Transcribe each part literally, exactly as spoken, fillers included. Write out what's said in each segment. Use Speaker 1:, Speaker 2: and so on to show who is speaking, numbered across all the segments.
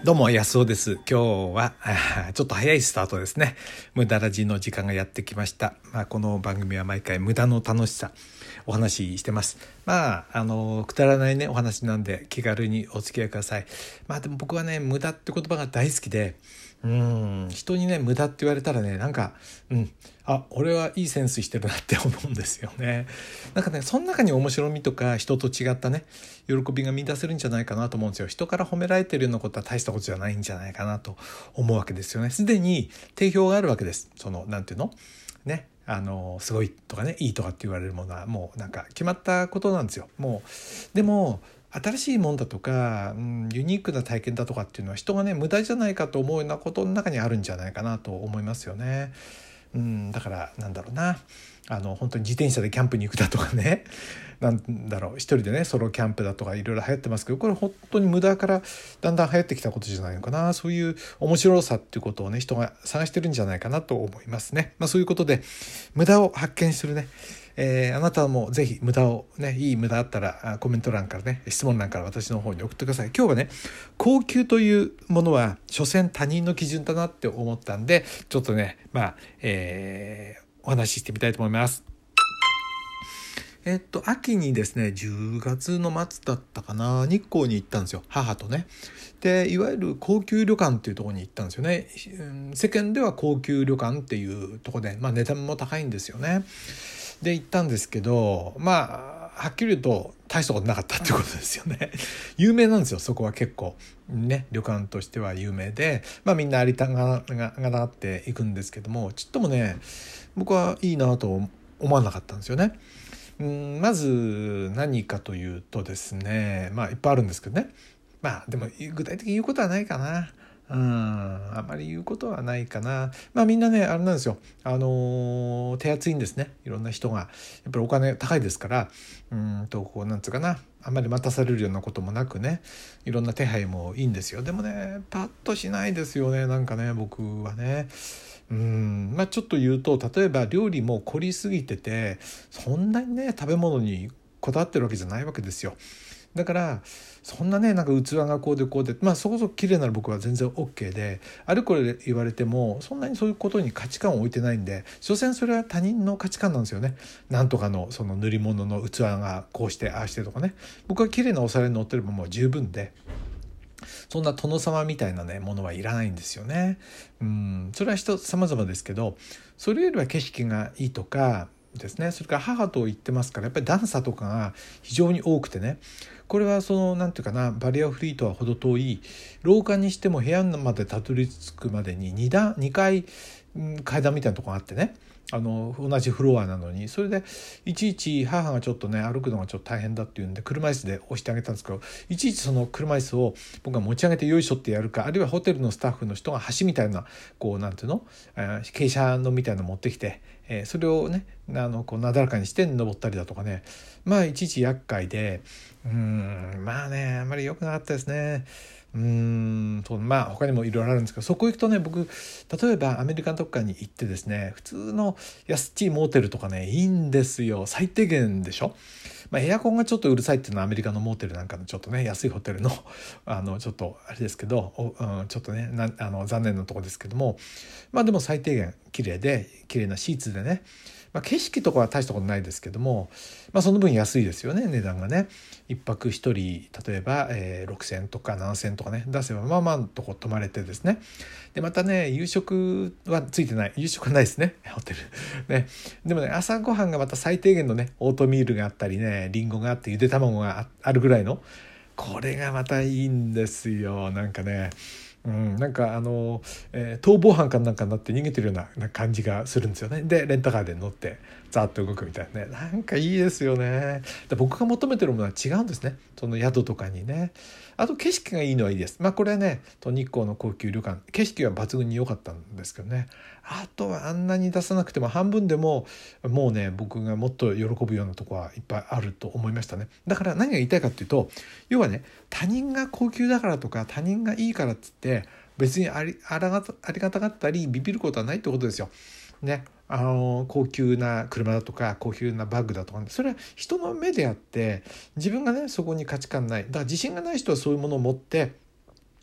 Speaker 1: どうも安尾です。今日はちょっと早いスタートですね。無駄ラジの時間がやってきました。まあ、この番組は毎回無駄の楽しさお話ししてます。まああのくだらないねお話なんで気軽にお付き合いください。まあでも僕はね無駄って言葉が大好きで、うーん人にね無駄って言われたらねなんかうんあ俺はいいセンスしてるなって思うんですよね。なんかねその中に面白みとか人と違ったね喜びが見出せるんじゃないかなと思うんですよ。人から褒められてるようなことは大したことじゃないんじゃないかなと思うわけですよね。すでに定評があるわけです。そのなんていうのねあのすごいとかねいいとかって言われるものはもうなんか決まったことなんですよ。もうでも新しいもんだとか、うん、ユニークな体験だとかっていうのは人がね無駄じゃないかと思うようなことの中にあるんじゃないかなと思いますよね。うん、だからなんだろうなあの本当に自転車でキャンプに行くだとかねなんだろう一人でねソロキャンプだとかいろいろ流行ってますけどこれ本当に無駄からだんだん流行ってきたことじゃないのかな。そういう面白さっていうことをね人が探してるんじゃないかなと思いますね。まあ、そういうことで無駄を発見するねえー、あなたもぜひ無駄をねいい無駄あったらコメント欄からね質問欄から私の方に送ってください。今日はね高級というものは所詮他人の基準だなって思ったんでちょっとねまあ、えー、お話ししてみたいと思います。えっと秋にですねじゅうがつの末だったかな日光に行ったんですよ母とね。でいわゆる高級旅館っていうところに行ったんですよね。世間では高級旅館っていうところで、まあ、値段も高いんですよね。で行ったんですけどまあはっきり言うと大したことなかったっていうことですよね。有名なんですよそこは結構ね旅館としては有名で、まあ、みんなありたががっていくんですけどもちっともね僕はいいなと思わなかったんですよね。うんまず何かというとですねまあいっぱいあるんですけどねまあでも具体的に言うことはないかな。うんあまり言うことはないかな。まあみんなねあれなんですよあのー、手厚いんですね。いろんな人がやっぱりお金高いですからうんとこうなんつうかなあんまり待たされるようなこともなくねいろんな手配もいいんですよ。でもねパッとしないですよねなんかね僕はねうんまあちょっと言うと例えば料理も凝りすぎててそんなにね食べ物にこだわってるわけじゃないわけですよ。だからそんなねなんか器がこうでこうでまあそこそこ綺麗なら僕は全然 OK であれこれ言われてもそんなにそういうことに価値観を置いてないんで所詮それは他人の価値観なんですよね。なんとかのその塗り物の器がこうしてああしてとかね僕は綺麗なお皿に乗ってればもう十分でそんな殿様みたいなねものはいらないんですよね。うんそれは人様々ですけどそれよりは景色がいいとかですねそれから母と言ってますからやっぱり段差とかが非常に多くてねこれはそのなんていうかなバリアフリーとは程遠い廊下にしても部屋までたどり着くまでにに段にかい階段みたいなところがあってねあの同じフロアなのにそれでいちいち母がちょっとね歩くのがちょっと大変だっていうんで車椅子で押してあげたんですけどいちいちその車椅子を僕が持ち上げてよいしょってやるかあるいはホテルのスタッフの人が橋みたいなこうなんていうの傾斜のみたいなの持ってきて、えー、それをねあのこうなだらかにして登ったりだとかねまあいちいち厄介でうーんまあねあんまり良くなかったですね。うーんとまあ他にもいろいろあるんですけどそこ行くとね僕例えばアメリカのどっかに行ってですね普通の安っちいモーテルとかねいいんですよ。最低限でしょ。まあ、エアコンがちょっとうるさいっていうのはアメリカのモーテルなんかのちょっとね安いホテルのあのちょっとあれですけど、うん、ちょっとねなあの残念なところですけどもまあでも最低限綺麗で綺麗なシーツでねまあ、景色とかは大したことないですけども、まあ、その分安いですよね値段がね。一泊一人例えば、えー、ろくせんとかななせんとかね出せばまあまあとこ泊まれてですねでまたね夕食はついてない夕食はないですねホテルね。でもね朝ごはんがまた最低限のねオートミールがあったりねリンゴがあってゆで卵があるぐらいのこれがまたいいんですよ。なんかねうん、なんかあの、えー、逃亡犯かなんかになって逃げてるような感じがするんですよね。でレンタカーで乗ってザーッと動くみたいなねなんかいいですよね。で僕が求めてるものは違うんですねその宿とかにね。あと景色がいいのはいいです。まあこれはね日光の高級旅館景色は抜群に良かったんですけどねあとはあんなに出さなくても半分でももうね僕がもっと喜ぶようなとこはいっぱいあると思いましたね。だから何が言いたいかっていうと要はね他人が高級だからとか他人がいいからっつって別にあり、あらがた、ありがたかったりビビることはないってことですよ。ね、あの高級な車だとか高級なバッグだとか、ね、それは人の目であって自分がねそこに価値観ないだから自信がない人はそういうものを持って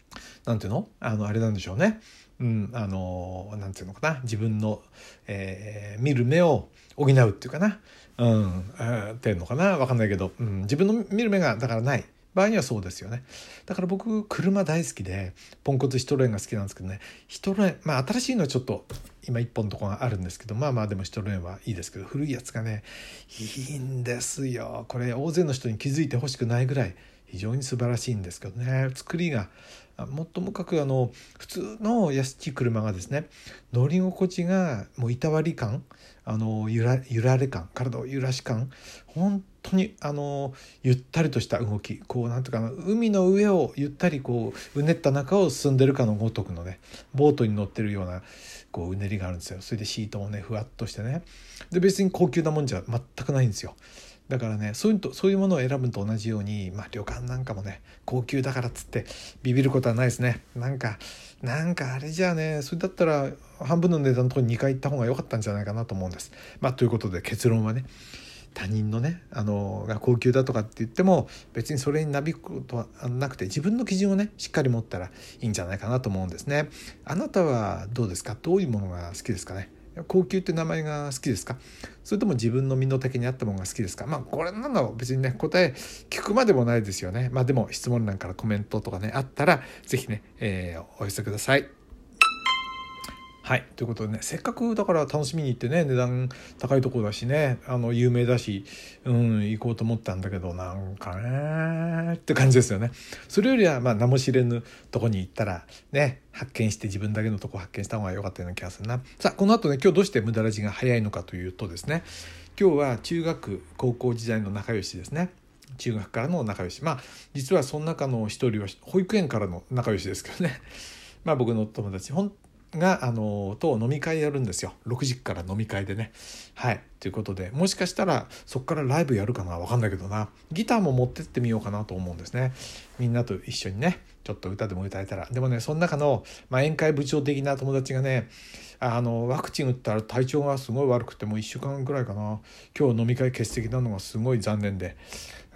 Speaker 1: なんていうのあのあれなんでしょうね。うん、あのなんていうのかな、自分の、えー、見る目を補うっていうかな、うん、えー、っていうのかな、分かんないけど、うん、自分の見る目がだからない場合にはそうですよね。だから僕車大好きでポンコツシトロエンが好きなんですけどね、シトロエン、まあ新しいのはちょっと今一本のとこがあるんですけど、まあまあでもシトロエンはいいですけど、古いやつがねいいんですよ。これ大勢の人に気づいてほしくないぐらい非常に素晴らしいんですけどね。作りがもっともかくあの普通の安い車がですね、乗り心地がもういたわり感、あのゆらゆられ感、体を揺らし感、本当にあのゆったりとした動き、こうなんていうかな、海の上をゆったりこううねった中を進んでるかのごとくのね、ボートに乗ってるようなこううねりがあるんですよ。それでシートもねふわっとしてね、で別に高級なもんじゃ全くないんですよ。だからね、そういうとそういうものを選ぶと同じように、まあ、旅館なんかもね高級だからっつってビビることはないですね。なんかなんかあれじゃあね、それだったら半分の値段のところににかい行った方が良かったんじゃないかなと思うんです。まあ、ということで結論はね、他人のねあのが高級だとかって言っても別にそれになびくことはなくて、自分の基準をねしっかり持ったらいいんじゃないかなと思うんですね。あなたはどうですか？どういうものが好きですかね？高級って名前が好きですか？それとも自分の身の丈に合ったものが好きですか？まあこれなの別にね答え聞くまでもないですよね。まあでも質問欄からコメントとかねあったらぜひね、えー、お寄せください。はい、ということでね、せっかくだから楽しみに行ってね、値段高いところだしね、あの有名だし、うん、行こうと思ったんだけどなんかねって感じですよね。それよりはまあ名も知れぬとこに行ったらね、発見して自分だけのとこ発見した方が良かったような気がするな。さあこの後ね、今日どうして無駄ラジが早いのかというとですね、今日は中学高校時代の仲良しですね。中学からの仲良し、まあ実はその中の一人は保育園からの仲良しですけどね。まあ僕の友達ほんがあのと飲み会やるんですよ。ろくじから飲み会でね。はいということで、もしかしたらそこからライブやるかな、分かんないけどな、ギターも持ってってみようかなと思うんですね。みんなと一緒にねちょっと歌でも歌えたら。でもね、その中の、まあ、宴会部長的な友達がね、あのワクチン打ったら体調がすごい悪くて、もういっしゅうかんぐらいかな、今日飲み会欠席なのがすごい残念で、うん、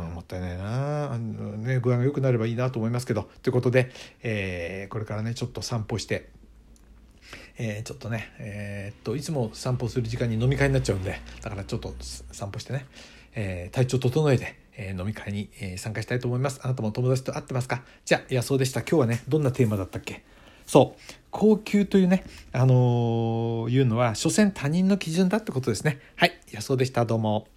Speaker 1: もったいないなあの、ね、具合が良くなればいいなと思いますけど、ということで、えー、これからねちょっと散歩してえー、ちょっとね、えー、っといつも散歩する時間に飲み会になっちゃうんで、だからちょっと散歩してね、えー、体調整えて、えー、飲み会に、えー、参加したいと思います。あなたも友達と会ってますか？じゃあ、いやそうでした。今日はね、どんなテーマだったっけ？そう、高級というね、あのー、いうのは所詮他人の基準だってことですね。はい、いやそうでした。どうも。